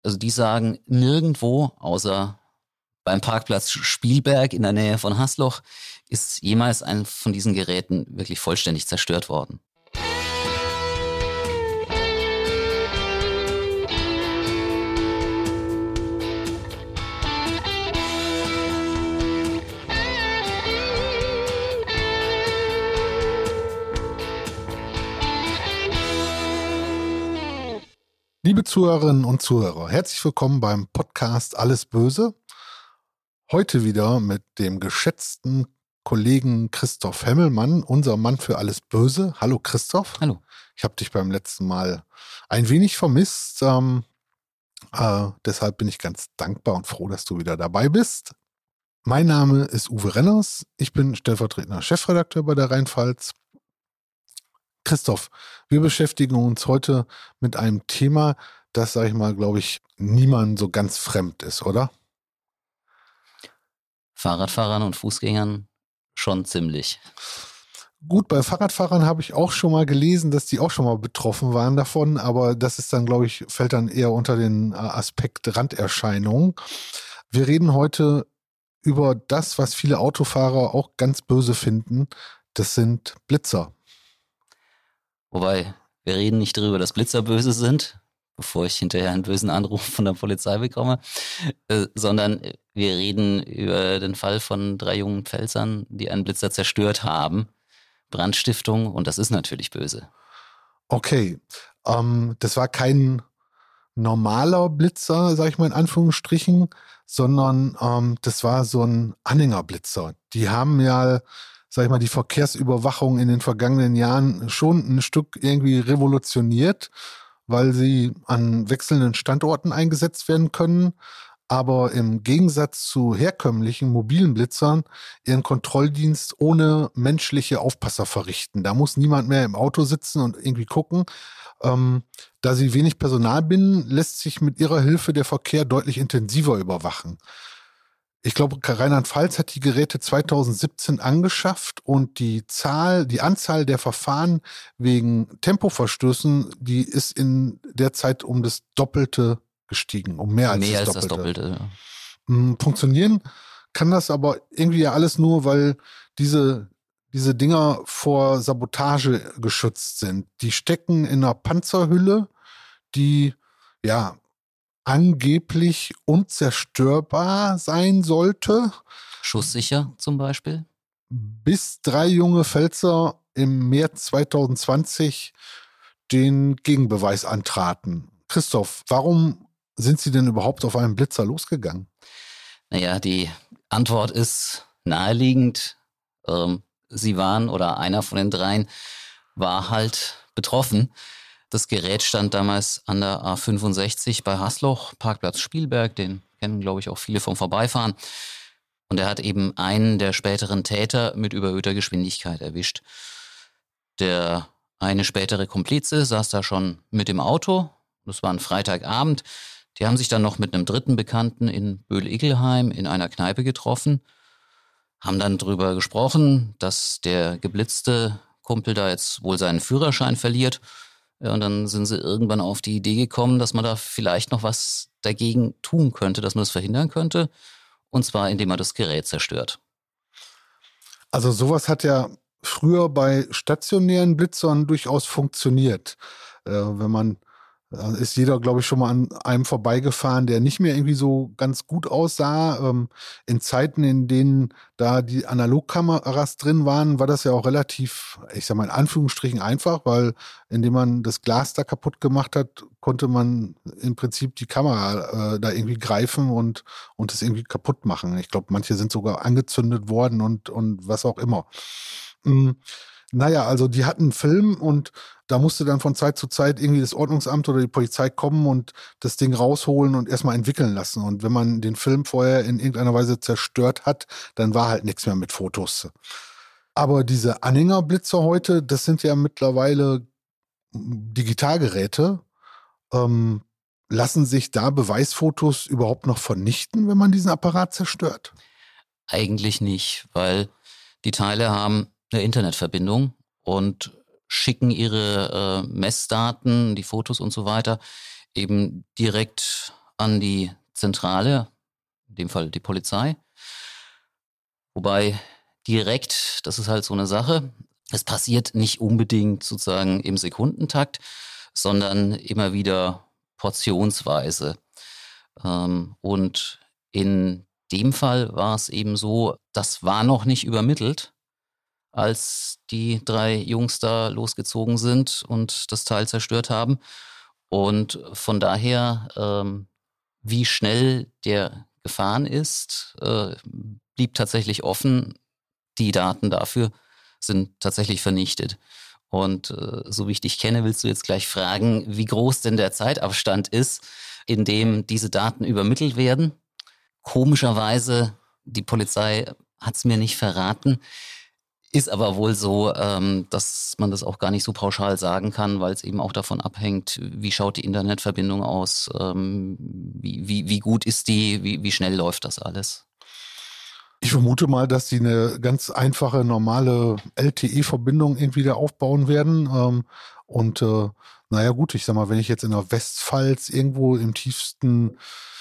Also die sagen, nirgendwo außer beim Parkplatz Spielberg in der Nähe von Hasloch ist jemals ein von diesen Geräten wirklich vollständig zerstört worden. Liebe Zuhörerinnen und Zuhörer, herzlich willkommen beim Podcast Alles Böse. Heute wieder mit dem geschätzten Kollegen Christoph Hemmelmann, unser Mann für Alles Böse. Hallo Christoph. Hallo. Ich habe dich beim letzten Mal ein wenig vermisst. Deshalb bin ich ganz dankbar und froh, dass du wieder dabei bist. Mein Name ist Uwe Renners. Ich bin stellvertretender Chefredakteur bei der Rheinpfalz. Christoph, wir beschäftigen uns heute mit einem Thema, das, sage ich mal, glaube ich, niemandem so ganz fremd ist, oder? Fahrradfahrern und Fußgängern schon ziemlich. Gut, bei Fahrradfahrern habe ich auch schon mal gelesen, dass die auch schon mal betroffen waren davon, aber das ist dann, glaube ich, fällt dann eher unter den Aspekt Randerscheinung. Wir reden heute über das, was viele Autofahrer auch ganz böse finden. Das sind Blitzer. Wobei, wir reden nicht darüber, dass Blitzer böse sind, bevor ich hinterher einen bösen Anruf von der Polizei bekomme, sondern wir reden über den Fall von 3 jungen Pfälzern, die einen Blitzer zerstört haben. Brandstiftung, und das ist natürlich böse. Okay, das war kein normaler Blitzer, sage ich mal in Anführungsstrichen, sondern das war so ein Anhängerblitzer. Die haben ja, sag ich mal, die Verkehrsüberwachung in den vergangenen Jahren schon ein Stück irgendwie revolutioniert, weil sie an wechselnden Standorten eingesetzt werden können, aber im Gegensatz zu herkömmlichen mobilen Blitzern ihren Kontrolldienst ohne menschliche Aufpasser verrichten. Da muss niemand mehr im Auto sitzen und irgendwie gucken. Da sie wenig Personal binden, lässt sich mit ihrer Hilfe der Verkehr deutlich intensiver überwachen. Ich glaube, Rheinland-Pfalz hat die Geräte 2017 angeschafft und die Anzahl der Verfahren wegen Tempoverstößen, die ist in der Zeit um das Doppelte gestiegen, um mehr als das Doppelte. Ja. Funktionieren kann das aber irgendwie ja alles nur, weil diese Dinger vor Sabotage geschützt sind. Die stecken in einer Panzerhülle, die ja angeblich unzerstörbar sein sollte. Schusssicher zum Beispiel? Bis 3 junge Pfälzer im März 2020 den Gegenbeweis antraten. Christoph, warum sind sie denn überhaupt auf einen Blitzer losgegangen? Naja, die Antwort ist naheliegend. Sie waren, oder einer von den 3 war halt betroffen. Das Gerät stand damals an der A65 bei Hasloch, Parkplatz Spielberg, den kennen, glaube ich, auch viele vom Vorbeifahren. Und er hat eben einen der späteren Täter mit überhöhter Geschwindigkeit erwischt. Der eine spätere Komplize saß da schon mit im Auto. Das war ein Freitagabend. Die haben sich dann noch mit einem dritten Bekannten in Böhl-Ickelheim in einer Kneipe getroffen, haben dann drüber gesprochen, dass der geblitzte Kumpel da jetzt wohl seinen Führerschein verliert. Ja, und dann sind sie irgendwann auf die Idee gekommen, dass man da vielleicht noch was dagegen tun könnte, dass man das verhindern könnte. Und zwar, indem man das Gerät zerstört. Also sowas hat ja früher bei stationären Blitzern durchaus funktioniert. Ist jeder, glaube ich, schon mal an einem vorbeigefahren, der nicht mehr irgendwie so ganz gut aussah. In Zeiten, in denen da die Analogkameras drin waren, war das ja auch relativ, ich sag mal in Anführungsstrichen einfach, weil indem man das Glas da kaputt gemacht hat, konnte man im Prinzip die Kamera da irgendwie greifen und es irgendwie kaputt machen. Ich glaube, manche sind sogar angezündet worden und was auch immer. Naja, also die hatten einen Film und da musste dann von Zeit zu Zeit irgendwie das Ordnungsamt oder die Polizei kommen und das Ding rausholen und erstmal entwickeln lassen. Und wenn man den Film vorher in irgendeiner Weise zerstört hat, dann war halt nichts mehr mit Fotos. Aber diese Anhängerblitzer heute, das sind ja mittlerweile Digitalgeräte. Lassen sich da Beweisfotos überhaupt noch vernichten, wenn man diesen Apparat zerstört? Eigentlich nicht, weil die Teile haben eine Internetverbindung und schicken ihre Messdaten, die Fotos und so weiter, eben direkt an die Zentrale, in dem Fall die Polizei. Wobei direkt, das ist halt so eine Sache, es passiert nicht unbedingt sozusagen im Sekundentakt, sondern immer wieder portionsweise. Und in dem Fall war es eben so, das war noch nicht übermittelt, als die 3 Jungs da losgezogen sind und das Teil zerstört haben. Und von daher, wie schnell der gefahren ist, blieb tatsächlich offen. Die Daten dafür sind tatsächlich vernichtet. Und so wie ich dich kenne, willst du jetzt gleich fragen, wie groß denn der Zeitabstand ist, in dem diese Daten übermittelt werden. Komischerweise, die Polizei hat es mir nicht verraten, ist aber wohl so, dass man das auch gar nicht so pauschal sagen kann, weil es eben auch davon abhängt, wie schaut die Internetverbindung aus, wie gut ist die, wie schnell läuft das alles. Ich vermute mal, dass sie eine ganz einfache, normale LTE-Verbindung irgendwie da aufbauen werden. Naja gut, ich sag mal, wenn ich jetzt in der Westpfalz irgendwo im tiefsten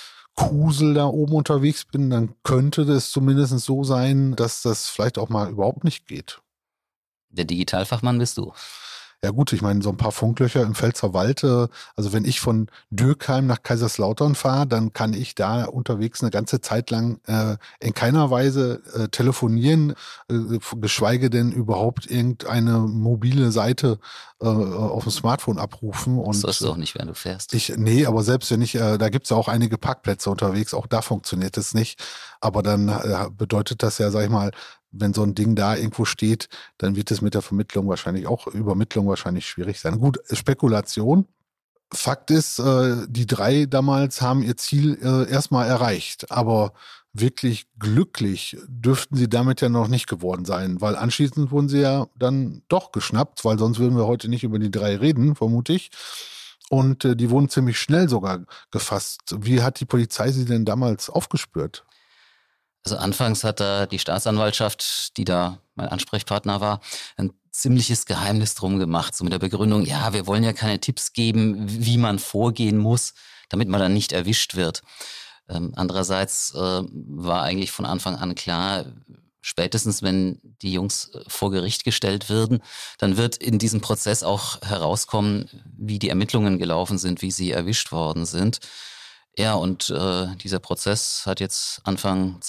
Kusel da oben unterwegs bin, dann könnte das zumindest so sein, dass das vielleicht auch mal überhaupt nicht geht. Der Digitalfachmann bist du. Ja gut, ich meine, so ein paar Funklöcher im Pfälzerwald, also wenn ich von Dürkheim nach Kaiserslautern fahre, dann kann ich da unterwegs eine ganze Zeit lang in keiner Weise telefonieren, geschweige denn überhaupt irgendeine mobile Seite auf dem Smartphone abrufen. Das sollst du auch nicht, wenn du fährst. Nee, aber selbst wenn ich, da gibt es ja auch einige Parkplätze unterwegs, auch da funktioniert es nicht. Aber dann bedeutet das ja, sag ich mal, wenn so ein Ding da irgendwo steht, dann wird es mit der Übermittlung wahrscheinlich schwierig sein. Gut, Spekulation. Fakt ist, die 3 damals haben ihr Ziel erstmal erreicht, aber wirklich glücklich dürften sie damit ja noch nicht geworden sein, weil anschließend wurden sie ja dann doch geschnappt, weil sonst würden wir heute nicht über die 3 reden, vermute ich. Und die wurden ziemlich schnell sogar gefasst. Wie hat die Polizei sie denn damals aufgespürt? Also anfangs hat da die Staatsanwaltschaft, die da mein Ansprechpartner war, ein ziemliches Geheimnis drum gemacht, so mit der Begründung, ja, wir wollen ja keine Tipps geben, wie man vorgehen muss, damit man dann nicht erwischt wird. Andererseits war eigentlich von Anfang an klar, spätestens wenn die Jungs vor Gericht gestellt werden, dann wird in diesem Prozess auch herauskommen, wie die Ermittlungen gelaufen sind, wie sie erwischt worden sind. Ja, und dieser Prozess hat jetzt Anfang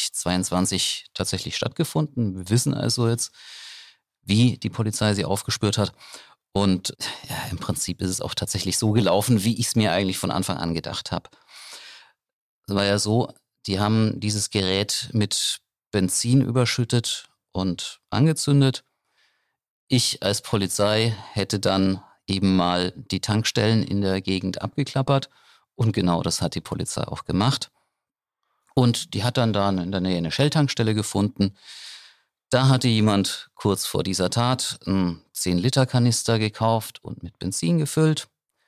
2022 tatsächlich stattgefunden. Wir wissen also jetzt, wie die Polizei sie aufgespürt hat. Und ja, im Prinzip ist es auch tatsächlich so gelaufen, wie ich es mir eigentlich von Anfang an gedacht habe. Es war ja so, die haben dieses Gerät mit Benzin überschüttet und angezündet. Ich als Polizei hätte dann eben mal die Tankstellen in der Gegend abgeklappert. Und genau das hat die Polizei auch gemacht. Und die hat dann da in der Nähe eine Shell-Tankstelle gefunden. Da hatte jemand kurz vor dieser Tat einen 10-Liter-Kanister gekauft und mit Benzin gefüllt.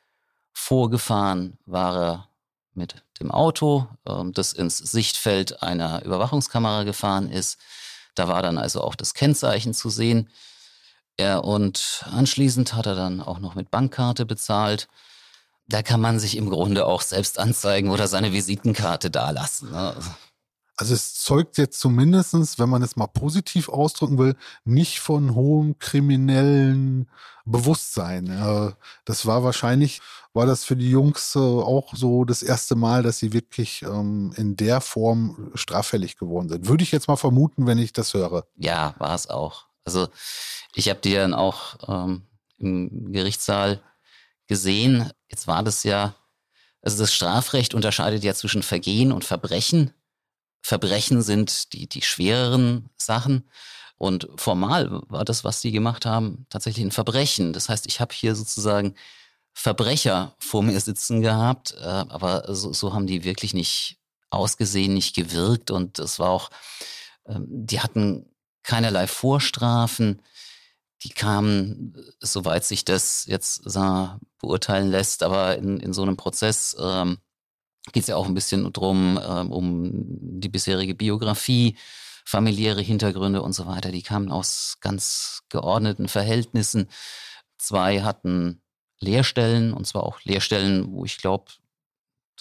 Vorgefahren war er mit dem Auto, das ins Sichtfeld einer Überwachungskamera gefahren ist. Da war dann also auch das Kennzeichen zu sehen. Ja, und anschließend hat er dann auch noch mit Bankkarte bezahlt. Da kann man sich im Grunde auch selbst anzeigen oder seine Visitenkarte dalassen. Ne? Also es zeugt jetzt zumindestens, wenn man es mal positiv ausdrücken will, nicht von hohem kriminellen Bewusstsein. Das war das für die Jungs auch so das erste Mal, dass sie wirklich in der Form straffällig geworden sind. Würde ich jetzt mal vermuten, wenn ich das höre. Ja, war es auch. Also ich habe die dann auch im Gerichtssaal gesehen. Jetzt war das ja, also das Strafrecht unterscheidet ja zwischen Vergehen und Verbrechen. Verbrechen sind die schwereren Sachen. Und formal war das, was die gemacht haben, tatsächlich ein Verbrechen. Das heißt, ich habe hier sozusagen Verbrecher vor mir sitzen gehabt, aber so haben die wirklich nicht ausgesehen, nicht gewirkt. Und es war auch, die hatten keinerlei Vorstrafen. Die kamen, soweit sich das jetzt beurteilen lässt, aber in so einem Prozess geht es ja auch ein bisschen drum, um die bisherige Biografie, familiäre Hintergründe und so weiter. Die kamen aus ganz geordneten Verhältnissen. 2 hatten Lehrstellen, und zwar auch Lehrstellen, wo ich glaube,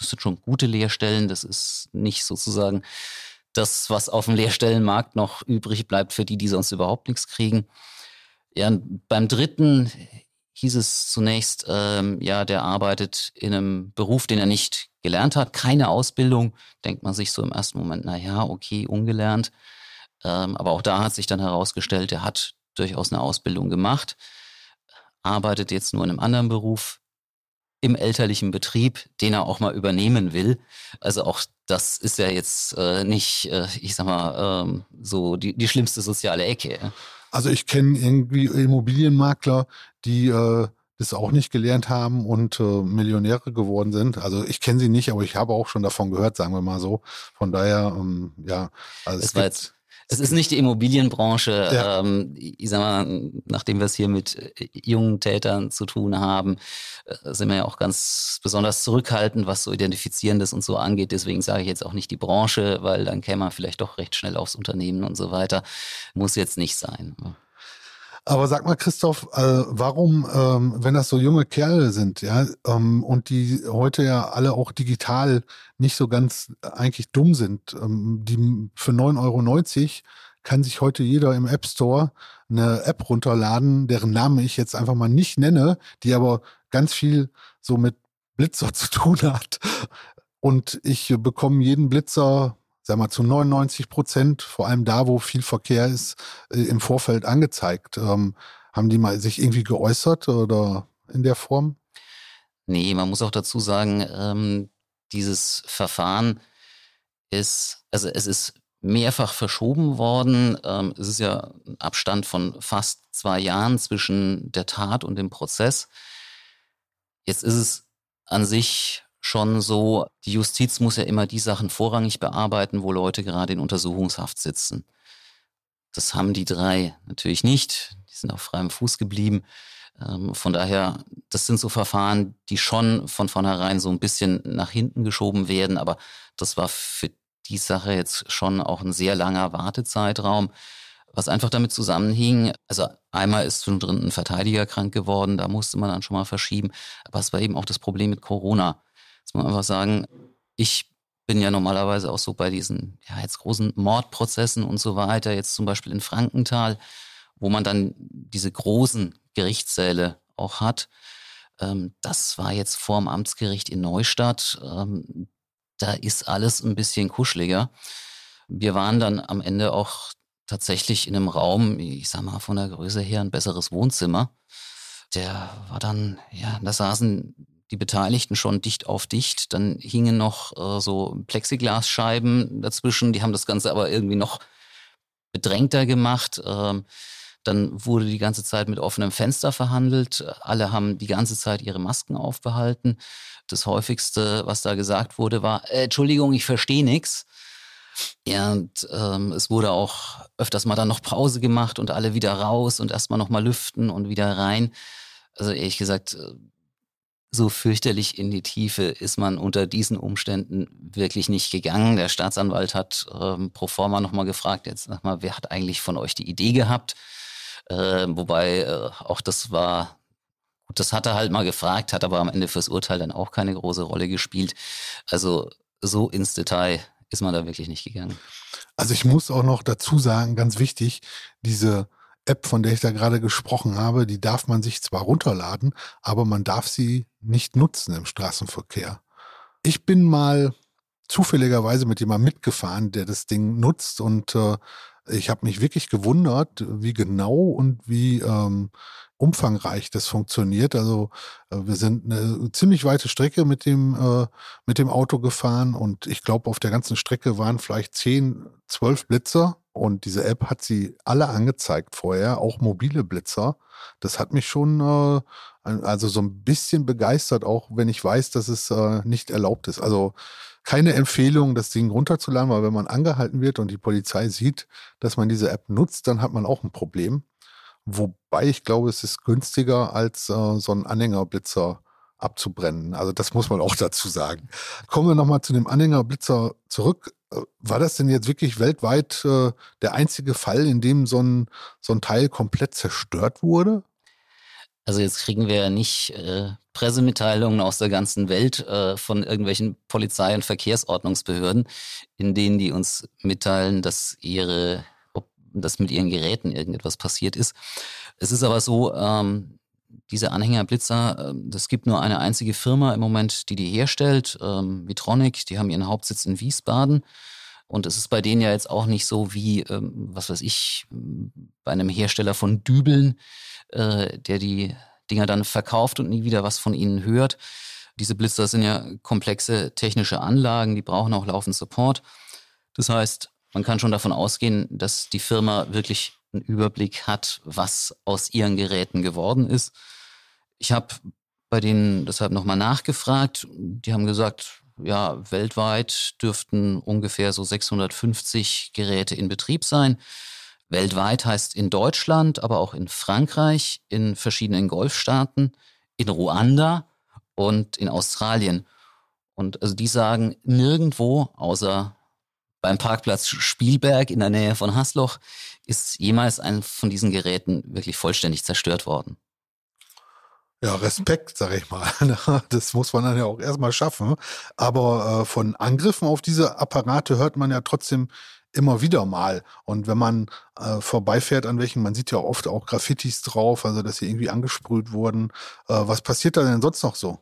Das sind schon gute Lehrstellen. Das ist nicht sozusagen das, was auf dem Lehrstellenmarkt noch übrig bleibt für die, die sonst überhaupt nichts kriegen. Ja, und beim dritten hieß es zunächst, der arbeitet in einem Beruf, den er nicht gelernt hat, keine Ausbildung. Denkt man sich so im ersten Moment, okay, ungelernt. Aber auch da hat sich dann herausgestellt, er hat durchaus eine Ausbildung gemacht, arbeitet jetzt nur in einem anderen Beruf im elterlichen Betrieb, den er auch mal übernehmen will. Also auch das ist ja jetzt nicht, so die schlimmste soziale Ecke. Also ich kenne irgendwie Immobilienmakler, die das auch nicht gelernt haben und Millionäre geworden sind. Also ich kenne sie nicht, aber ich habe auch schon davon gehört, sagen wir mal so. Von daher, also es ist nicht die Immobilienbranche. Ja. Ich sag mal, nachdem wir es hier mit jungen Tätern zu tun haben, sind wir ja auch ganz besonders zurückhaltend, was so Identifizierendes und so angeht. Deswegen sage ich jetzt auch nicht die Branche, weil dann käme man vielleicht doch recht schnell aufs Unternehmen und so weiter. Muss jetzt nicht sein. Aber sag mal, Christoph, warum, wenn das so junge Kerle sind, ja, und die heute ja alle auch digital nicht so ganz eigentlich dumm sind, die für 9,90 € kann sich heute jeder im App Store eine App runterladen, deren Namen ich jetzt einfach mal nicht nenne, die aber ganz viel so mit Blitzer zu tun hat. Und ich bekomme jeden Blitzer, sag mal, zu 99%, vor allem da, wo viel Verkehr ist, im Vorfeld angezeigt. Haben die mal sich irgendwie geäußert oder in der Form? Nee, man muss auch dazu sagen, dieses Verfahren es ist mehrfach verschoben worden. Es ist ja ein Abstand von fast 2 Jahren zwischen der Tat und dem Prozess. Jetzt ist es an sich schon so, die Justiz muss ja immer die Sachen vorrangig bearbeiten, wo Leute gerade in Untersuchungshaft sitzen. Das haben die 3 natürlich nicht. Die sind auf freiem Fuß geblieben. Von daher, das sind so Verfahren, die schon von vornherein so ein bisschen nach hinten geschoben werden. Aber das war für die Sache jetzt schon auch ein sehr langer Wartezeitraum, was einfach damit zusammenhing. Also einmal ist zwischendrin ein Verteidiger krank geworden, da musste man dann schon mal verschieben. Aber es war eben auch das Problem mit Corona. Muss man einfach sagen, ich bin ja normalerweise auch so bei diesen jetzt großen Mordprozessen und so weiter, jetzt zum Beispiel in Frankenthal, wo man dann diese großen Gerichtssäle auch hat. Das war jetzt vorm Amtsgericht in Neustadt. Da ist alles ein bisschen kuscheliger. Wir waren dann am Ende auch tatsächlich in einem Raum, ich sag mal von der Größe her ein besseres Wohnzimmer. Der war dann, da saßen die Beteiligten schon dicht auf dicht. Dann hingen noch so Plexiglasscheiben dazwischen. Die haben das Ganze aber irgendwie noch bedrängter gemacht. Dann wurde die ganze Zeit mit offenem Fenster verhandelt. Alle haben die ganze Zeit ihre Masken aufbehalten. Das häufigste, was da gesagt wurde, war, Entschuldigung, ich verstehe nichts. Ja, und es wurde auch öfters mal dann noch Pause gemacht und alle wieder raus und erstmal nochmal lüften und wieder rein. Also ehrlich gesagt, so fürchterlich in die Tiefe ist man unter diesen Umständen wirklich nicht gegangen. Der Staatsanwalt hat pro forma nochmal gefragt, jetzt sag mal, wer hat eigentlich von euch die Idee gehabt? Wobei auch das war, das hat er halt mal gefragt, hat aber am Ende fürs Urteil dann auch keine große Rolle gespielt. Also so ins Detail ist man da wirklich nicht gegangen. Also ich muss auch noch dazu sagen, ganz wichtig, diese App, von der ich da gerade gesprochen habe, die darf man sich zwar runterladen, aber man darf sie nicht nutzen im Straßenverkehr. Ich bin mal zufälligerweise mit jemandem mitgefahren, der das Ding nutzt und ich habe mich wirklich gewundert, wie genau und wie umfangreich das funktioniert. Also wir sind eine ziemlich weite Strecke mit dem Auto gefahren und ich glaube, auf der ganzen Strecke waren vielleicht 10, 12 Blitzer und diese App hat sie alle angezeigt vorher, auch mobile Blitzer. Das hat mich schon also so ein bisschen begeistert, auch wenn ich weiß, dass es nicht erlaubt ist. Also keine Empfehlung, das Ding runterzuladen, weil wenn man angehalten wird und die Polizei sieht, dass man diese App nutzt, dann hat man auch ein Problem. Wobei ich glaube, es ist günstiger, als so einen Anhängerblitzer abzubrennen. Also das muss man auch dazu sagen. Kommen wir nochmal zu dem Anhängerblitzer zurück. War das denn jetzt wirklich weltweit der einzige Fall, in dem so ein Teil komplett zerstört wurde? Also jetzt kriegen wir ja nicht Pressemitteilungen aus der ganzen Welt von irgendwelchen Polizei- und Verkehrsordnungsbehörden, in denen die uns mitteilen, dass dass mit ihren Geräten irgendetwas passiert ist. Es ist aber so, diese Anhängerblitzer, das gibt nur eine einzige Firma im Moment, die herstellt, Vitronic, die haben ihren Hauptsitz in Wiesbaden. Und es ist bei denen ja jetzt auch nicht so wie, was weiß ich, bei einem Hersteller von Dübeln, der die Dinger dann verkauft und nie wieder was von ihnen hört. Diese Blitzer sind ja komplexe technische Anlagen, die brauchen auch laufend Support. Das heißt, man kann schon davon ausgehen, dass die Firma wirklich einen Überblick hat, was aus ihren Geräten geworden ist. Ich habe bei denen deshalb nochmal nachgefragt. Die haben gesagt, ja, weltweit dürften ungefähr so 650 Geräte in Betrieb sein. Weltweit heißt in Deutschland, aber auch in Frankreich, in verschiedenen Golfstaaten, in Ruanda und in Australien. Und also die sagen, nirgendwo außer beim Parkplatz Spielberg in der Nähe von Hasloch ist jemals ein von diesen Geräten wirklich vollständig zerstört worden. Ja, Respekt, sag ich mal. Das muss man dann ja auch erstmal schaffen. Aber von Angriffen auf diese Apparate hört man ja trotzdem immer wieder mal. Und wenn man vorbeifährt an welchen, man sieht ja oft auch Graffitis drauf, also dass sie irgendwie angesprüht wurden. Was passiert da denn sonst noch so?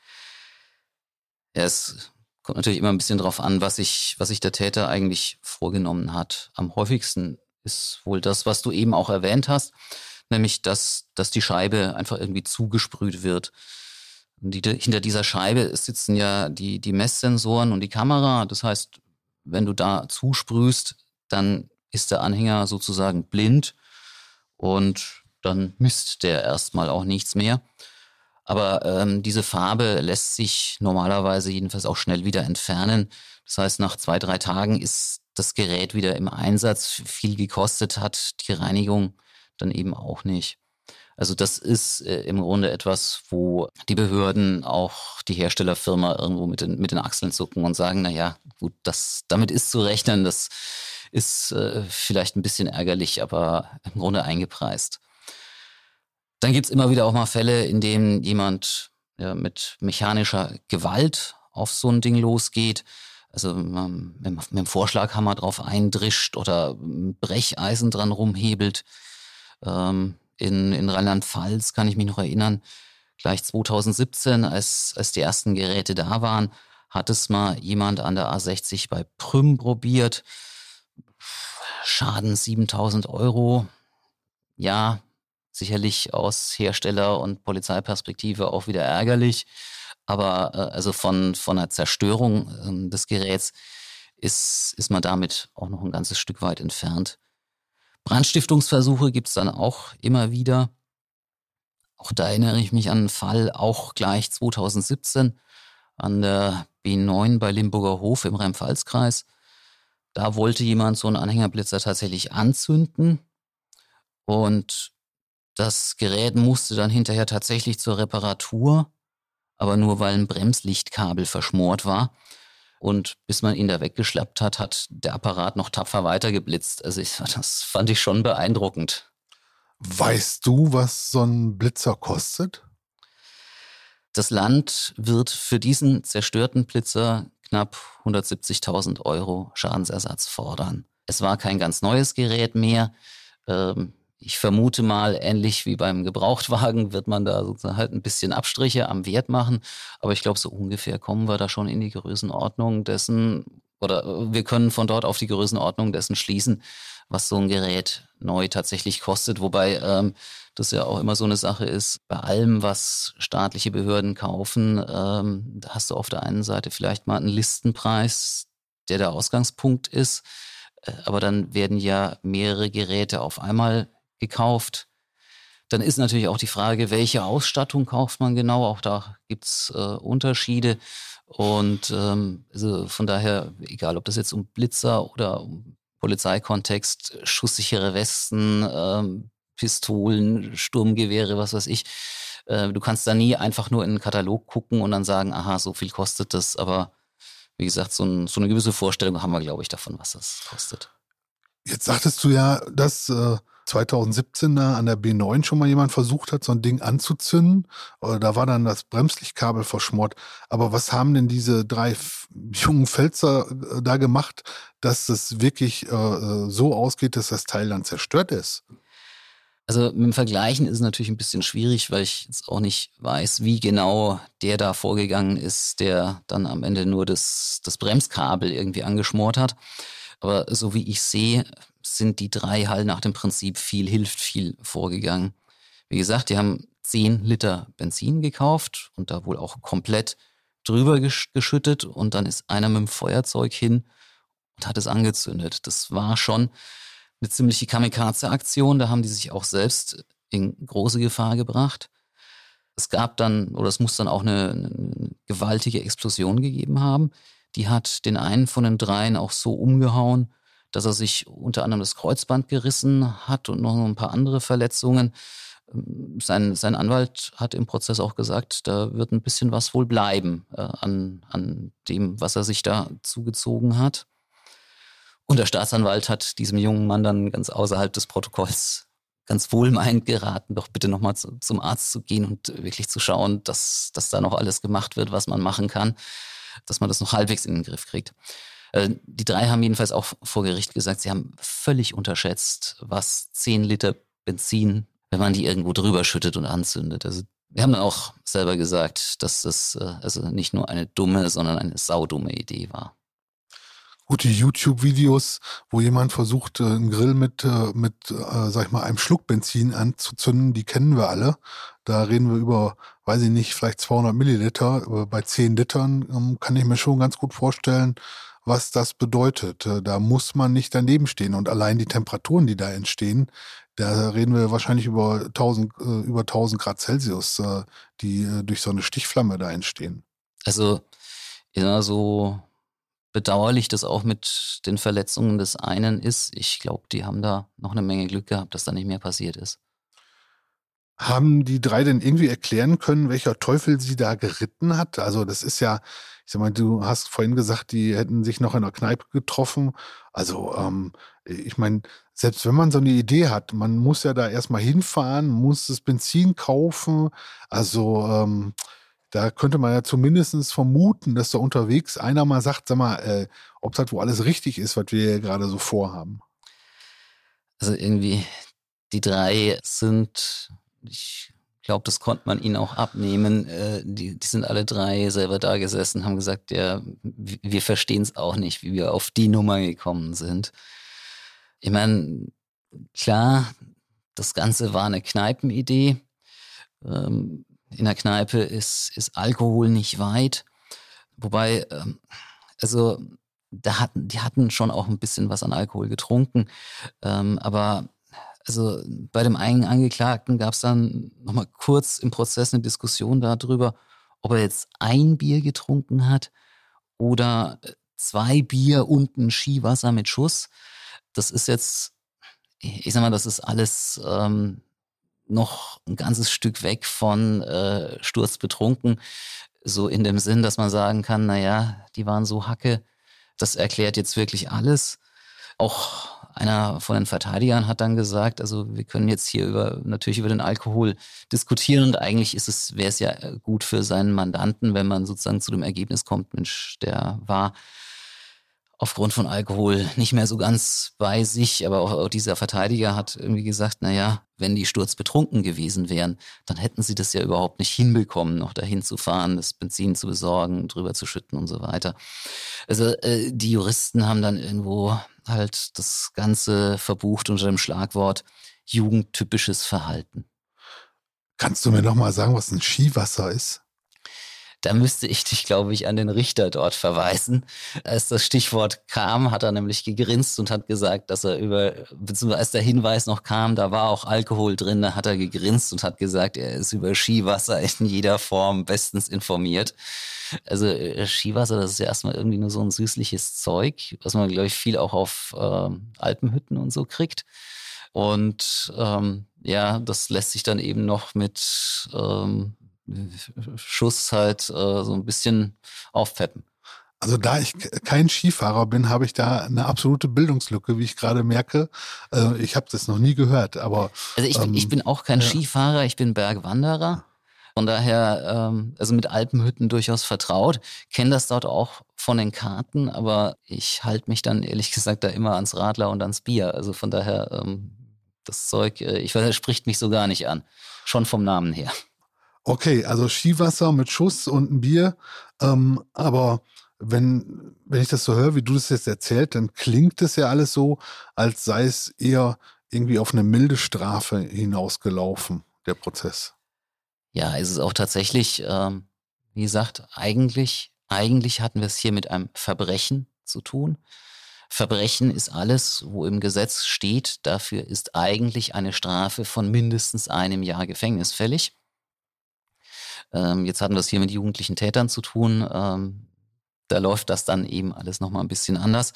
Ja, es kommt natürlich immer ein bisschen drauf an, was sich der Täter eigentlich vorgenommen hat. Am häufigsten ist wohl das, was du eben auch erwähnt hast, nämlich dass die Scheibe einfach irgendwie zugesprüht wird. Und hinter dieser Scheibe sitzen ja die Messsensoren und die Kamera. Das heißt, wenn du da zusprühst, dann ist der Anhänger sozusagen blind und dann misst der erstmal auch nichts mehr. Aber diese Farbe lässt sich normalerweise jedenfalls auch schnell wieder entfernen. Das heißt, nach 2, 3 Tagen ist das Gerät wieder im Einsatz. Viel gekostet hat die Reinigung dann eben auch nicht. Also das ist im Grunde etwas, wo die Behörden auch die Herstellerfirma irgendwo mit den Achseln zucken und sagen, na ja, gut, damit ist zu rechnen. Das ist vielleicht ein bisschen ärgerlich, aber im Grunde eingepreist. Dann gibt's immer wieder auch mal Fälle, in denen jemand mit mechanischer Gewalt auf so ein Ding losgeht. Also mit dem Vorschlaghammer drauf eindrischt oder Brecheisen dran rumhebelt. In Rheinland-Pfalz kann ich mich noch erinnern, gleich 2017, als die ersten Geräte da waren, hat es mal jemand an der A60 bei Prüm probiert. Schaden 7.000 €. Ja, sicherlich aus Hersteller- und Polizeiperspektive auch wieder ärgerlich. Aber also von der Zerstörung des Geräts ist man damit auch noch ein ganzes Stück weit entfernt. Brandstiftungsversuche gibt's dann auch immer wieder. Auch da erinnere ich mich an einen Fall, auch gleich 2017 an der B9 bei Limburger Hof im Rhein-Pfalz-Kreis. Da wollte jemand so einen Anhängerblitzer tatsächlich anzünden und das Gerät musste dann hinterher tatsächlich zur Reparatur, aber nur weil ein Bremslichtkabel verschmort war. Und bis man ihn da weggeschleppt hat, hat der Apparat noch tapfer weitergeblitzt. Also das fand ich schon beeindruckend. Weißt du, was so ein Blitzer kostet? Das Land wird für diesen zerstörten Blitzer knapp 170.000 € Schadensersatz fordern. Es war kein ganz neues Gerät mehr. Ich vermute mal, ähnlich wie beim Gebrauchtwagen wird man da sozusagen halt ein bisschen Abstriche am Wert machen. Aber ich glaube, so ungefähr kommen wir da schon in die Größenordnung dessen, oder wir können von dort auf die Größenordnung dessen schließen, was so ein Gerät neu tatsächlich kostet. Wobei das ja auch immer so eine Sache ist, bei allem, was staatliche Behörden kaufen, da hast du auf der einen Seite vielleicht mal einen Listenpreis, der Ausgangspunkt ist. Aber dann werden ja mehrere Geräte auf einmal gekauft. Dann ist natürlich auch die Frage, welche Ausstattung kauft man genau? Auch da gibt's Unterschiede. Und also von daher, egal ob das jetzt um Blitzer oder um Polizeikontext, schusssichere Westen, Pistolen, Sturmgewehre, was weiß ich. Du kannst da nie einfach nur in einen Katalog gucken und dann sagen, aha, so viel kostet das. Aber wie gesagt, so eine gewisse Vorstellung haben wir, glaube ich, davon, was das kostet. Jetzt sagtest du ja, dass 2017 da an der B9 schon mal jemand versucht hat, so ein Ding anzuzünden. Da war dann das Bremslichtkabel verschmort. Aber was haben denn diese drei jungen Pfälzer da gemacht, dass es wirklich so ausgeht, dass das Teil dann zerstört ist? Also mit dem Vergleichen ist es natürlich ein bisschen schwierig, weil ich jetzt auch nicht weiß, wie genau der da vorgegangen ist, der dann am Ende nur das Bremskabel irgendwie angeschmort hat. Aber so wie ich sehe, sind die drei halt nach dem Prinzip viel hilft viel vorgegangen. Wie gesagt, die haben 10 Liter Benzin gekauft und da wohl auch komplett drüber geschüttet und dann ist einer mit dem Feuerzeug hin und hat es angezündet. Das war schon eine ziemliche Kamikaze-Aktion. Da haben die sich auch selbst in große Gefahr gebracht. Es gab dann, oder es muss dann auch eine gewaltige Explosion gegeben haben. Die hat den einen von den dreien auch so umgehauen, dass er sich unter anderem das Kreuzband gerissen hat und noch ein paar andere Verletzungen. Sein Anwalt hat im Prozess auch gesagt, da wird ein bisschen was wohl bleiben an dem, was er sich da zugezogen hat. Und der Staatsanwalt hat diesem jungen Mann dann ganz außerhalb des Protokolls ganz wohlmeinend geraten, doch bitte nochmal zum Arzt zu gehen und wirklich zu schauen, dass da noch alles gemacht wird, was man machen kann, dass man das noch halbwegs in den Griff kriegt. Die drei haben jedenfalls auch vor Gericht gesagt, sie haben völlig unterschätzt, was 10 Liter Benzin, wenn man die irgendwo drüber schüttet und anzündet. Also wir haben dann auch selber gesagt, dass das also nicht nur eine dumme, sondern eine saudumme Idee war. Gute YouTube-Videos, wo jemand versucht, einen Grill mit sag ich mal, einem Schluck Benzin anzuzünden, die kennen wir alle. Da reden wir über, weiß ich nicht, vielleicht 200 Milliliter. Bei 10 Litern kann ich mir schon ganz gut vorstellen, was das bedeutet. Da muss man nicht daneben stehen. Und allein die Temperaturen, die da entstehen, da reden wir wahrscheinlich über 1000 Grad Celsius, die durch so eine Stichflamme da entstehen. Also ja, so bedauerlich das auch mit den Verletzungen des einen ist. Ich glaube, die haben da noch eine Menge Glück gehabt, dass da nicht mehr passiert ist. Haben die drei denn irgendwie erklären können, welcher Teufel sie da geritten hat? Also das ist ja, ich sag mal, du hast vorhin gesagt, die hätten sich noch in der Kneipe getroffen. Also ich meine, selbst wenn man so eine Idee hat, man muss ja da erstmal hinfahren, muss das Benzin kaufen. Also da könnte man ja zumindest vermuten, dass da unterwegs einer mal sagt, sag mal, ob das wohl alles richtig ist, was wir hier gerade so vorhaben. Also irgendwie, die drei sind, ich glaube, das konnte man ihnen auch abnehmen, die sind alle drei selber da gesessen, haben gesagt, ja, wir verstehen es auch nicht, wie wir auf die Nummer gekommen sind. Ich meine, klar, das Ganze war eine Kneipenidee. In der Kneipe ist Alkohol nicht weit. Wobei, also die hatten schon auch ein bisschen was an Alkohol getrunken. Aber also bei dem einen Angeklagten gab es dann nochmal kurz im Prozess eine Diskussion darüber, ob er jetzt ein Bier getrunken hat oder 2 Bier und ein Skiwasser mit Schuss. Das ist jetzt, ich sag mal, das ist alles noch ein ganzes Stück weg von sturzbetrunken. So in dem Sinn, dass man sagen kann, naja, die waren so Hacke, das erklärt jetzt wirklich alles. Auch einer von den Verteidigern hat dann gesagt, also wir können jetzt hier natürlich über den Alkohol diskutieren und eigentlich wäre es ja gut für seinen Mandanten, wenn man sozusagen zu dem Ergebnis kommt, Mensch, der war aufgrund von Alkohol nicht mehr so ganz bei sich, aber auch dieser Verteidiger hat irgendwie gesagt, naja, wenn die sturzbetrunken gewesen wären, dann hätten sie das ja überhaupt nicht hinbekommen, noch dahin zu fahren, das Benzin zu besorgen, drüber zu schütten und so weiter. Also die Juristen haben dann irgendwo halt das Ganze verbucht unter dem Schlagwort jugendtypisches Verhalten. Kannst du mir noch mal sagen, was ein Skiwasser ist? Da müsste ich dich, glaube ich, an den Richter dort verweisen. Als das Stichwort kam, hat er nämlich gegrinst und hat gesagt, dass beziehungsweise als der Hinweis noch kam, da war auch Alkohol drin, da hat er gegrinst und hat gesagt, er ist über Skiwasser in jeder Form bestens informiert. Also Skiwasser, das ist ja erstmal irgendwie nur so ein süßliches Zeug, was man, glaube ich, viel auch auf Alpenhütten und so kriegt. Und ja, das lässt sich dann eben noch mit Schuss halt so ein bisschen aufpeppen. Also da ich kein Skifahrer bin, habe ich da eine absolute Bildungslücke, wie ich gerade merke. Ich habe das noch nie gehört, aber Also ich bin auch kein ja. Skifahrer, ich bin Bergwanderer. Von daher, also mit Alpenhütten durchaus vertraut, kenne das dort auch von den Karten, aber ich halte mich dann ehrlich gesagt da immer ans Radler und ans Bier. Also von daher, das Zeug, ich weiß, das spricht mich so gar nicht an. Schon vom Namen her. Okay, also Skiwasser mit Schuss und ein Bier. Aber wenn ich das so höre, wie du das jetzt erzählt, dann klingt es ja alles so, als sei es eher irgendwie auf eine milde Strafe hinausgelaufen, der Prozess. Ja, es ist auch tatsächlich, wie gesagt, eigentlich hatten wir es hier mit einem Verbrechen zu tun. Verbrechen ist alles, wo im Gesetz steht, dafür ist eigentlich eine Strafe von mindestens einem Jahr Gefängnis fällig. Jetzt hatten wir es hier mit jugendlichen Tätern zu tun. Da läuft das dann eben alles nochmal ein bisschen anders.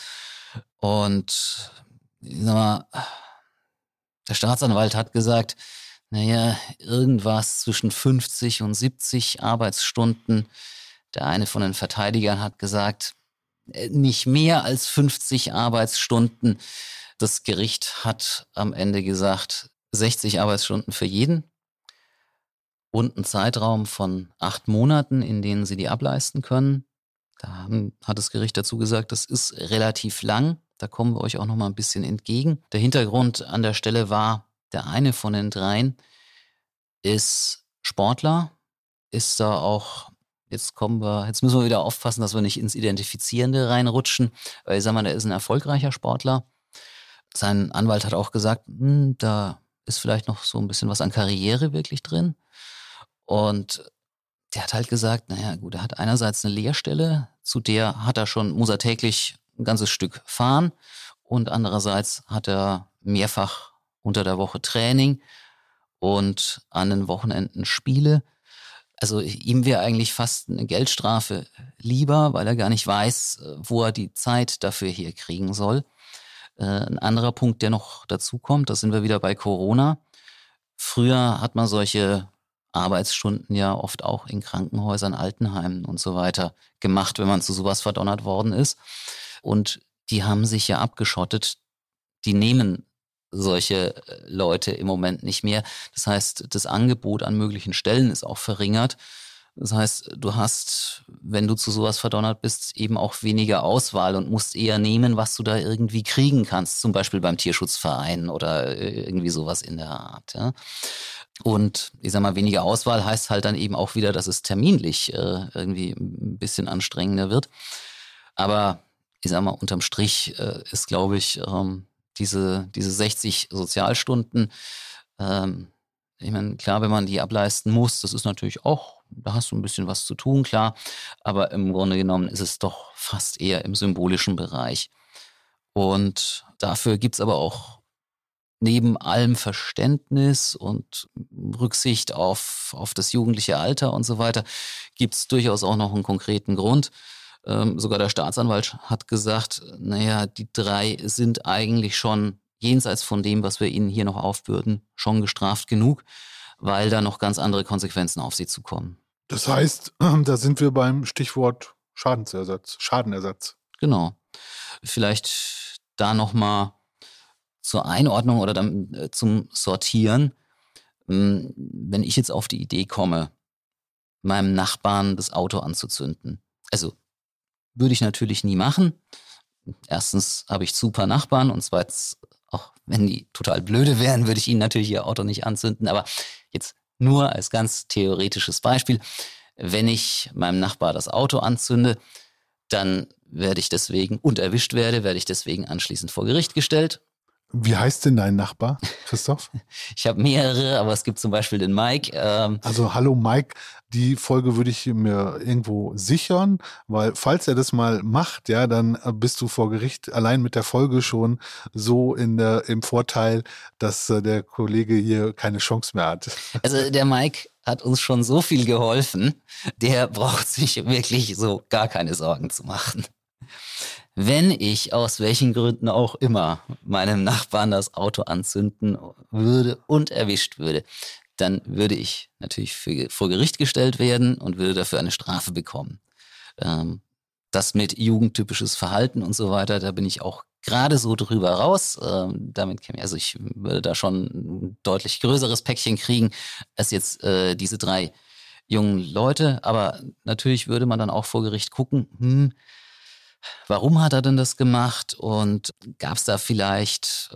Und ich sag mal, der Staatsanwalt hat gesagt, naja, irgendwas zwischen 50 und 70 Arbeitsstunden. Der eine von den Verteidigern hat gesagt, nicht mehr als 50 Arbeitsstunden. Das Gericht hat am Ende gesagt, 60 Arbeitsstunden für jeden und einen Zeitraum von 8 Monaten, in denen sie die ableisten können. Hat das Gericht dazu gesagt, das ist relativ lang. Da kommen wir euch auch noch mal ein bisschen entgegen. Der Hintergrund an der Stelle war, der eine von den dreien ist Sportler, ist da auch, jetzt müssen wir wieder aufpassen, dass wir nicht ins Identifizierende reinrutschen. Weil ich sag mal, der ist ein erfolgreicher Sportler. Sein Anwalt hat auch gesagt, da ist vielleicht noch so ein bisschen was an Karriere wirklich drin. Und der hat halt gesagt, naja gut, er hat einerseits eine Lehrstelle, zu der muss er täglich ein ganzes Stück fahren und andererseits hat er mehrfach unter der Woche Training und an den Wochenenden Spiele. Also ihm wäre eigentlich fast eine Geldstrafe lieber, weil er gar nicht weiß, wo er die Zeit dafür hier kriegen soll. Ein anderer Punkt, der noch dazu kommt, da sind wir wieder bei Corona. Früher hat man solche Arbeitsstunden ja oft auch in Krankenhäusern, Altenheimen und so weiter gemacht, wenn man zu sowas verdonnert worden ist. Und die haben sich ja abgeschottet. Die nehmen solche Leute im Moment nicht mehr. Das heißt, das Angebot an möglichen Stellen ist auch verringert. Das heißt, du hast, wenn du zu sowas verdonnert bist, eben auch weniger Auswahl und musst eher nehmen, was du da irgendwie kriegen kannst, zum Beispiel beim Tierschutzverein oder irgendwie sowas in der Art. Ja. Und ich sag mal, weniger Auswahl heißt halt dann eben auch wieder, dass es terminlich irgendwie ein bisschen anstrengender wird. Aber ich sag mal, unterm Strich ist, glaube ich, diese 60 Sozialstunden, ich meine, klar, wenn man die ableisten muss, das ist natürlich auch, da hast du ein bisschen was zu tun, klar. Aber im Grunde genommen ist es doch fast eher im symbolischen Bereich. Und dafür gibt's aber auch neben allem Verständnis und Rücksicht auf das jugendliche Alter und so weiter, gibt's durchaus auch noch einen konkreten Grund. Sogar der Staatsanwalt hat gesagt, naja, die 3 sind eigentlich schon jenseits von dem, was wir ihnen hier noch aufbürden, schon gestraft genug, weil da noch ganz andere Konsequenzen auf sie zukommen. Das heißt, da sind wir beim Stichwort Schadenersatz. Genau. Vielleicht da nochmal zur Einordnung oder dann zum Sortieren. Wenn ich jetzt auf die Idee komme, meinem Nachbarn das Auto anzuzünden, also würde ich natürlich nie machen. Erstens habe ich super Nachbarn und zweitens, auch wenn die total blöde wären, würde ich ihnen natürlich ihr Auto nicht anzünden. Aber jetzt nur als ganz theoretisches Beispiel, wenn ich meinem Nachbar das Auto anzünde, dann werde ich deswegen werde ich deswegen anschließend vor Gericht gestellt. Wie heißt denn dein Nachbar, Christoph? Ich habe mehrere, aber es gibt zum Beispiel den Mike. Also hallo Mike, die Folge würde ich mir irgendwo sichern, weil falls er das mal macht, ja, dann bist du vor Gericht allein mit der Folge schon so im Vorteil, dass der Kollege hier keine Chance mehr hat. Also der Mike hat uns schon so viel geholfen, der braucht sich wirklich so gar keine Sorgen zu machen. Wenn ich aus welchen Gründen auch immer meinem Nachbarn das Auto anzünden würde und erwischt würde, dann würde ich natürlich vor Gericht gestellt werden und würde dafür eine Strafe bekommen. Das das mit jugendtypisches Verhalten und so weiter, da bin ich auch gerade so drüber raus. Also ich würde da schon ein deutlich größeres Päckchen kriegen als jetzt diese 3 jungen Leute. Aber natürlich würde man dann auch vor Gericht gucken, warum hat er denn das gemacht? Und gab es da vielleicht,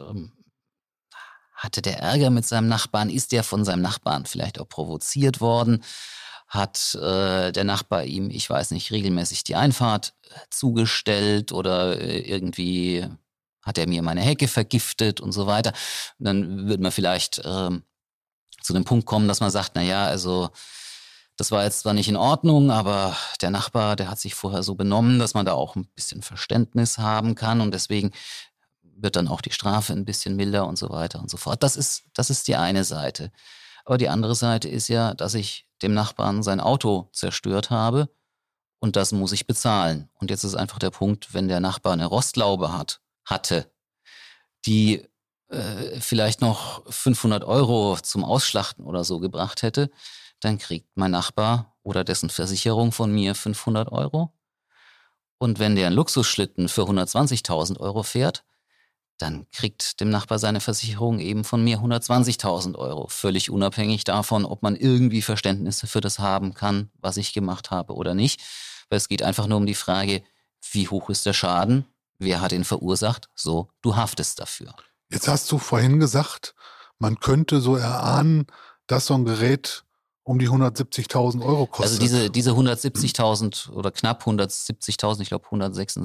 hatte der Ärger mit seinem Nachbarn? Ist der von seinem Nachbarn vielleicht auch provoziert worden? Hat der Nachbar ihm, ich weiß nicht, regelmäßig die Einfahrt zugestellt oder irgendwie hat er mir meine Hecke vergiftet und so weiter? Und dann würde man vielleicht zu dem Punkt kommen, dass man sagt, naja, also das war jetzt zwar nicht in Ordnung, aber der Nachbar, der hat sich vorher so benommen, dass man da auch ein bisschen Verständnis haben kann und deswegen wird dann auch die Strafe ein bisschen milder und so weiter und so fort. Das ist die eine Seite. Aber die andere Seite ist ja, dass ich dem Nachbarn sein Auto zerstört habe und das muss ich bezahlen. Und jetzt ist einfach der Punkt, wenn der Nachbar eine Rostlaube hatte, die vielleicht noch 500 € zum Ausschlachten oder so gebracht hätte, dann kriegt mein Nachbar oder dessen Versicherung von mir 500 €. Und wenn der einen Luxusschlitten für 120.000 € fährt, dann kriegt dem Nachbar seine Versicherung eben von mir 120.000 €. Völlig unabhängig davon, ob man irgendwie Verständnis für das haben kann, was ich gemacht habe oder nicht. Weil es geht einfach nur um die Frage, wie hoch ist der Schaden? Wer hat ihn verursacht? So, du haftest dafür. Jetzt hast du vorhin gesagt, man könnte so erahnen, dass so ein Gerät um die 170.000 € kostet. Also diese 170.000 oder knapp 170.000, ich glaube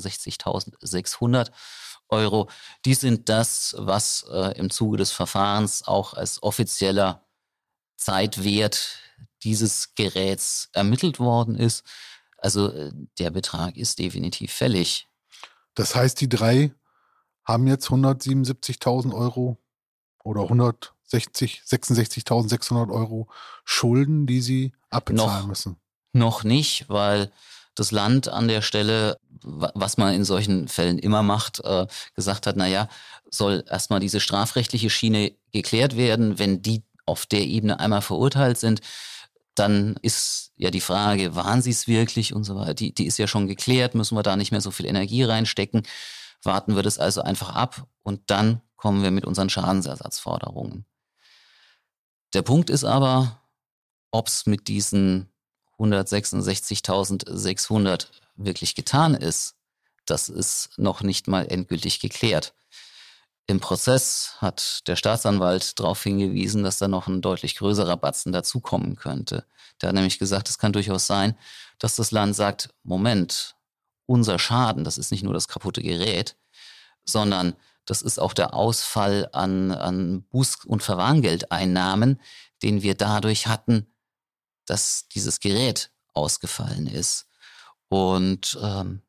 166.600 €, die sind das, was im Zuge des Verfahrens auch als offizieller Zeitwert dieses Geräts ermittelt worden ist. Also der Betrag ist definitiv fällig. Das heißt, die 3 haben jetzt 177.000 € oder 66.600 € Schulden, die sie abbezahlen müssen. Noch nicht, weil das Land an der Stelle, was man in solchen Fällen immer macht, gesagt hat, naja, soll erstmal diese strafrechtliche Schiene geklärt werden. Wenn die auf der Ebene einmal verurteilt sind, dann ist ja die Frage, waren sie es wirklich und so weiter, die ist ja schon geklärt, müssen wir da nicht mehr so viel Energie reinstecken. Warten wir das also einfach ab und dann kommen wir mit unseren Schadensersatzforderungen. Der Punkt ist aber, ob es mit diesen 166.600 wirklich getan ist, das ist noch nicht mal endgültig geklärt. Im Prozess hat der Staatsanwalt darauf hingewiesen, dass da noch ein deutlich größerer Batzen dazukommen könnte. Der hat nämlich gesagt, es kann durchaus sein, dass das Land sagt, Moment, unser Schaden, das ist nicht nur das kaputte Gerät, sondern das ist auch der Ausfall an Buß- und Verwarngeldeinnahmen, den wir dadurch hatten, dass dieses Gerät ausgefallen ist. Und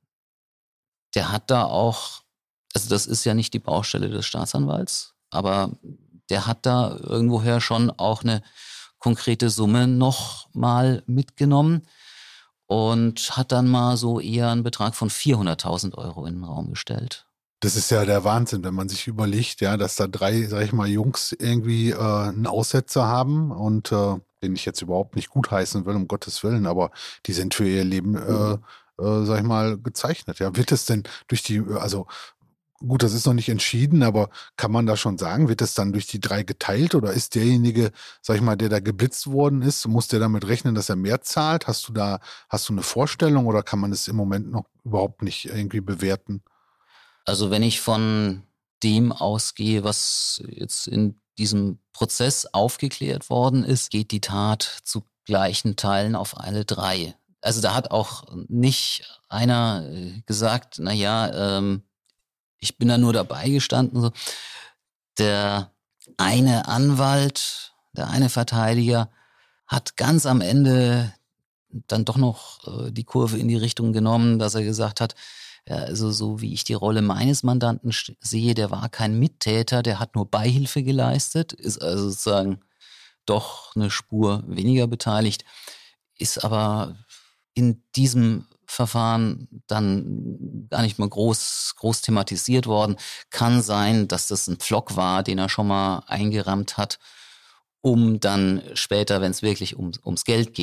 der hat da auch, also das ist ja nicht die Baustelle des Staatsanwalts, aber der hat da irgendwoher schon auch eine konkrete Summe noch mal mitgenommen und hat dann mal so eher einen Betrag von 400.000 € in den Raum gestellt. Das ist ja der Wahnsinn, wenn man sich überlegt, ja, dass da 3, sag ich mal, Jungs irgendwie einen Aussetzer haben und den ich jetzt überhaupt nicht gutheißen will, um Gottes Willen, aber die sind für ihr Leben, sag ich mal, gezeichnet. Ja, wird es denn durch die, also gut, das ist noch nicht entschieden, aber kann man da schon sagen, wird es dann durch die 3 geteilt oder ist derjenige, sag ich mal, der da geblitzt worden ist, muss der damit rechnen, dass er mehr zahlt? Hast du eine Vorstellung oder kann man es im Moment noch überhaupt nicht irgendwie bewerten? Also wenn ich von dem ausgehe, was jetzt in diesem Prozess aufgeklärt worden ist, geht die Tat zu gleichen Teilen auf alle 3. Also da hat auch nicht einer gesagt, naja, ich bin da nur dabei gestanden. So. Der eine Anwalt, der eine Verteidiger hat ganz am Ende dann doch noch die Kurve in die Richtung genommen, dass er gesagt hat, ja, also so wie ich die Rolle meines Mandanten sehe, der war kein Mittäter, der hat nur Beihilfe geleistet, ist also sozusagen doch eine Spur weniger beteiligt, ist aber in diesem Verfahren dann gar nicht mal groß thematisiert worden. Kann sein, dass das ein Pflock war, den er schon mal eingerammt hat, um dann später, wenn es wirklich ums Geld geht,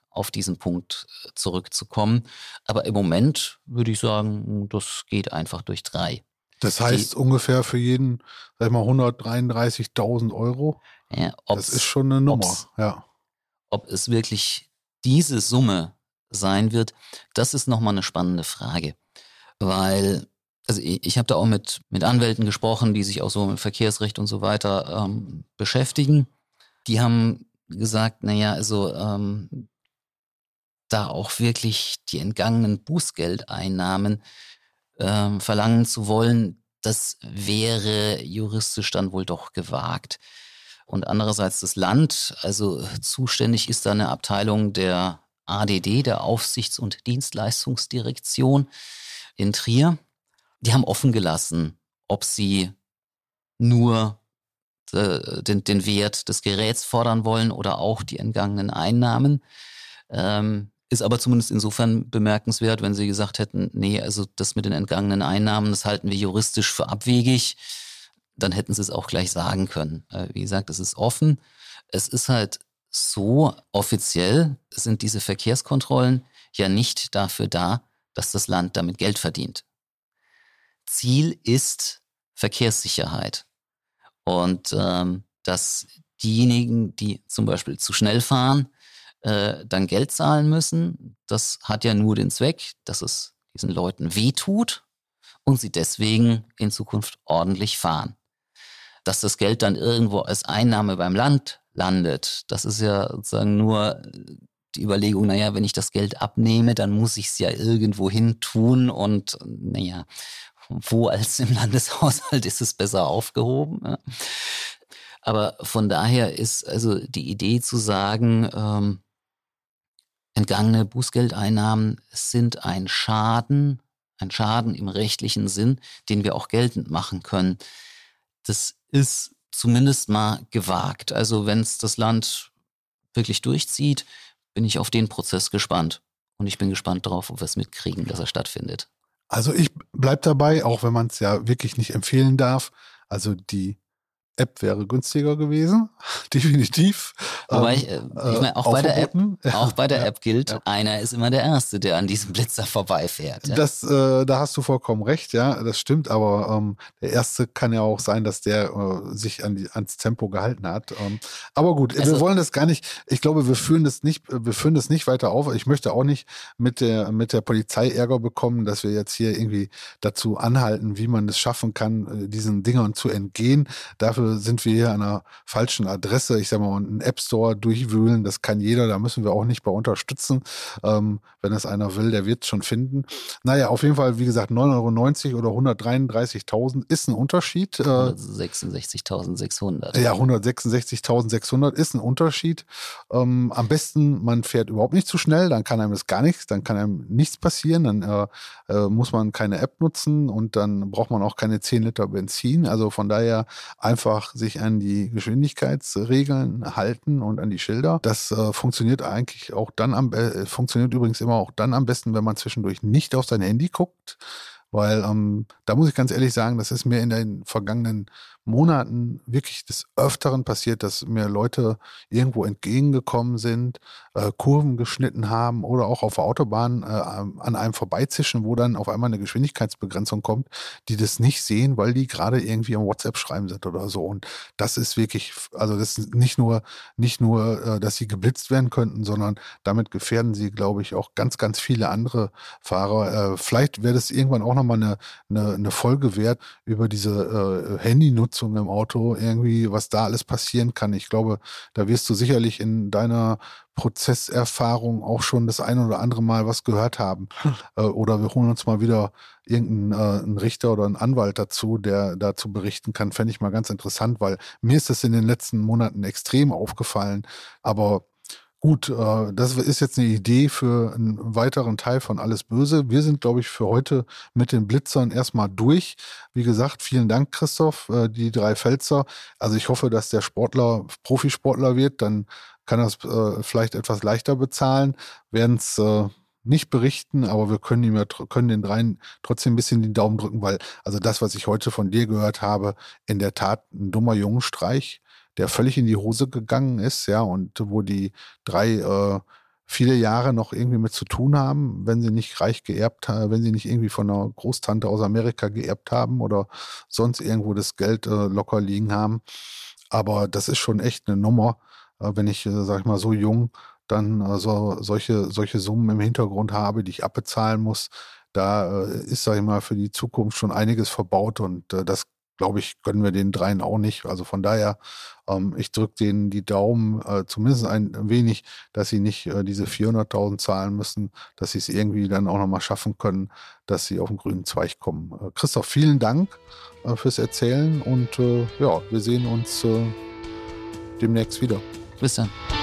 auf diesen Punkt zurückzukommen. Aber im Moment würde ich sagen, das geht einfach durch 3. Das heißt ungefähr für jeden, sag ich mal, 133.000 Euro. Ja, das ist schon eine Nummer, ja. Ob es wirklich diese Summe sein wird, das ist nochmal eine spannende Frage. Weil, also ich habe da auch mit Anwälten gesprochen, die sich auch so mit Verkehrsrecht und so weiter beschäftigen. Die haben gesagt, naja, also da auch wirklich die entgangenen Bußgeldeinnahmen verlangen zu wollen, das wäre juristisch dann wohl doch gewagt. Und andererseits das Land, also zuständig ist da eine Abteilung der ADD, der Aufsichts- und Dienstleistungsdirektion in Trier. Die haben offen gelassen, ob sie nur den Wert des Geräts fordern wollen oder auch die entgangenen Einnahmen. Ist aber zumindest insofern bemerkenswert, wenn sie gesagt hätten, nee, also das mit den entgangenen Einnahmen, das halten wir juristisch für abwegig, dann hätten sie es auch gleich sagen können. Wie gesagt, es ist offen. Es ist halt so, offiziell sind diese Verkehrskontrollen ja nicht dafür da, dass das Land damit Geld verdient. Ziel ist Verkehrssicherheit. Und dass diejenigen, die zum Beispiel zu schnell fahren, dann Geld zahlen müssen, das hat ja nur den Zweck, dass es diesen Leuten wehtut und sie deswegen in Zukunft ordentlich fahren. Dass das Geld dann irgendwo als Einnahme beim Land landet, das ist ja sozusagen nur die Überlegung, naja, wenn ich das Geld abnehme, dann muss ich es ja irgendwo hin tun und naja, wo als im Landeshaushalt ist es besser aufgehoben. Ja. Aber von daher ist also die Idee zu sagen, entgangene Bußgeldeinnahmen sind ein Schaden im rechtlichen Sinn, den wir auch geltend machen können. Das ist zumindest mal gewagt. Also wenn es das Land wirklich durchzieht, bin ich auf den Prozess gespannt. Und ich bin gespannt darauf, ob wir es mitkriegen, dass er stattfindet. Also ich bleib dabei, auch wenn man es ja wirklich nicht empfehlen darf. Also die App wäre günstiger gewesen, definitiv. Wobei ich meine, auch bei der App gilt, ja. Einer ist immer der Erste, der an diesem Blitzer vorbeifährt. Ja? Da hast du vollkommen recht, ja, das stimmt, aber der Erste kann ja auch sein, dass der sich ans Tempo gehalten hat. Aber gut, wir wollen das gar nicht, ich glaube, wir führen das nicht weiter auf. Ich möchte auch nicht mit der Polizei Ärger bekommen, dass wir jetzt hier irgendwie dazu anhalten, wie man es schaffen kann, diesen Dingern zu entgehen. Dafür sind wir hier an einer falschen Adresse. Ich sag mal, einen App Store durchwühlen, das kann jeder, da müssen wir auch nicht bei unterstützen. Wenn es einer will, der wird es schon finden. Naja, auf jeden Fall, wie gesagt, 9,90 € oder 133.000 ist ein Unterschied. 166.600. Ja, 166.600 ist ein Unterschied. Am besten, man fährt überhaupt nicht zu schnell, dann kann einem nichts passieren, dann muss man keine App nutzen und dann braucht man auch keine 10 Liter Benzin. Also von daher einfach sich an die Geschwindigkeitsregeln halten und an die Schilder. Das funktioniert eigentlich auch dann funktioniert übrigens immer auch dann am besten, wenn man zwischendurch nicht auf sein Handy guckt. Weil da muss ich ganz ehrlich sagen, das ist mir in den vergangenen Monaten wirklich des Öfteren passiert, dass mir Leute irgendwo entgegengekommen sind, Kurven geschnitten haben oder auch auf der Autobahn an einem vorbeizischen, wo dann auf einmal eine Geschwindigkeitsbegrenzung kommt, die das nicht sehen, weil die gerade irgendwie am WhatsApp schreiben sind oder so. Und das ist wirklich, also das ist nicht nur, dass sie geblitzt werden könnten, sondern damit gefährden sie, glaube ich, auch ganz, ganz viele andere Fahrer. Vielleicht wäre das irgendwann auch nochmal eine Folge wert über diese Handynutzung im Auto, irgendwie, was da alles passieren kann. Ich glaube, da wirst du sicherlich in deiner Prozesserfahrung auch schon das ein oder andere Mal was gehört haben. Oder wir holen uns mal wieder irgendeinen Richter oder einen Anwalt dazu, der dazu berichten kann. Fände ich mal ganz interessant, weil mir ist das in den letzten Monaten extrem aufgefallen. Aber gut, das ist jetzt eine Idee für einen weiteren Teil von Alles Böse. Wir sind, glaube ich, für heute mit den Blitzern erstmal durch. Wie gesagt, vielen Dank, Christoph, die 3 Pfälzer. Also ich hoffe, dass der Sportler Profisportler wird, dann kann er es vielleicht etwas leichter bezahlen, werden es nicht berichten, aber wir können den dreien trotzdem ein bisschen den Daumen drücken, weil also das, was ich heute von dir gehört habe, in der Tat ein dummer Jungenstreich, der völlig in die Hose gegangen ist, ja, und wo die 3 viele Jahre noch irgendwie mit zu tun haben, wenn sie nicht reich geerbt haben, wenn sie nicht irgendwie von einer Großtante aus Amerika geerbt haben oder sonst irgendwo das Geld locker liegen haben. Aber das ist schon echt eine Nummer, wenn ich, sag ich mal, so jung dann solche Summen im Hintergrund habe, die ich abbezahlen muss. Da ist, sag ich mal, für die Zukunft schon einiges verbaut und das, glaube ich, gönnen wir den dreien auch nicht. Also von daher, ich drücke denen die Daumen, zumindest ein wenig, dass sie nicht diese 400.000 zahlen müssen, dass sie es irgendwie dann auch nochmal schaffen können, dass sie auf den grünen Zweig kommen. Christoph, vielen Dank fürs Erzählen und ja, wir sehen uns demnächst wieder. Bis dann.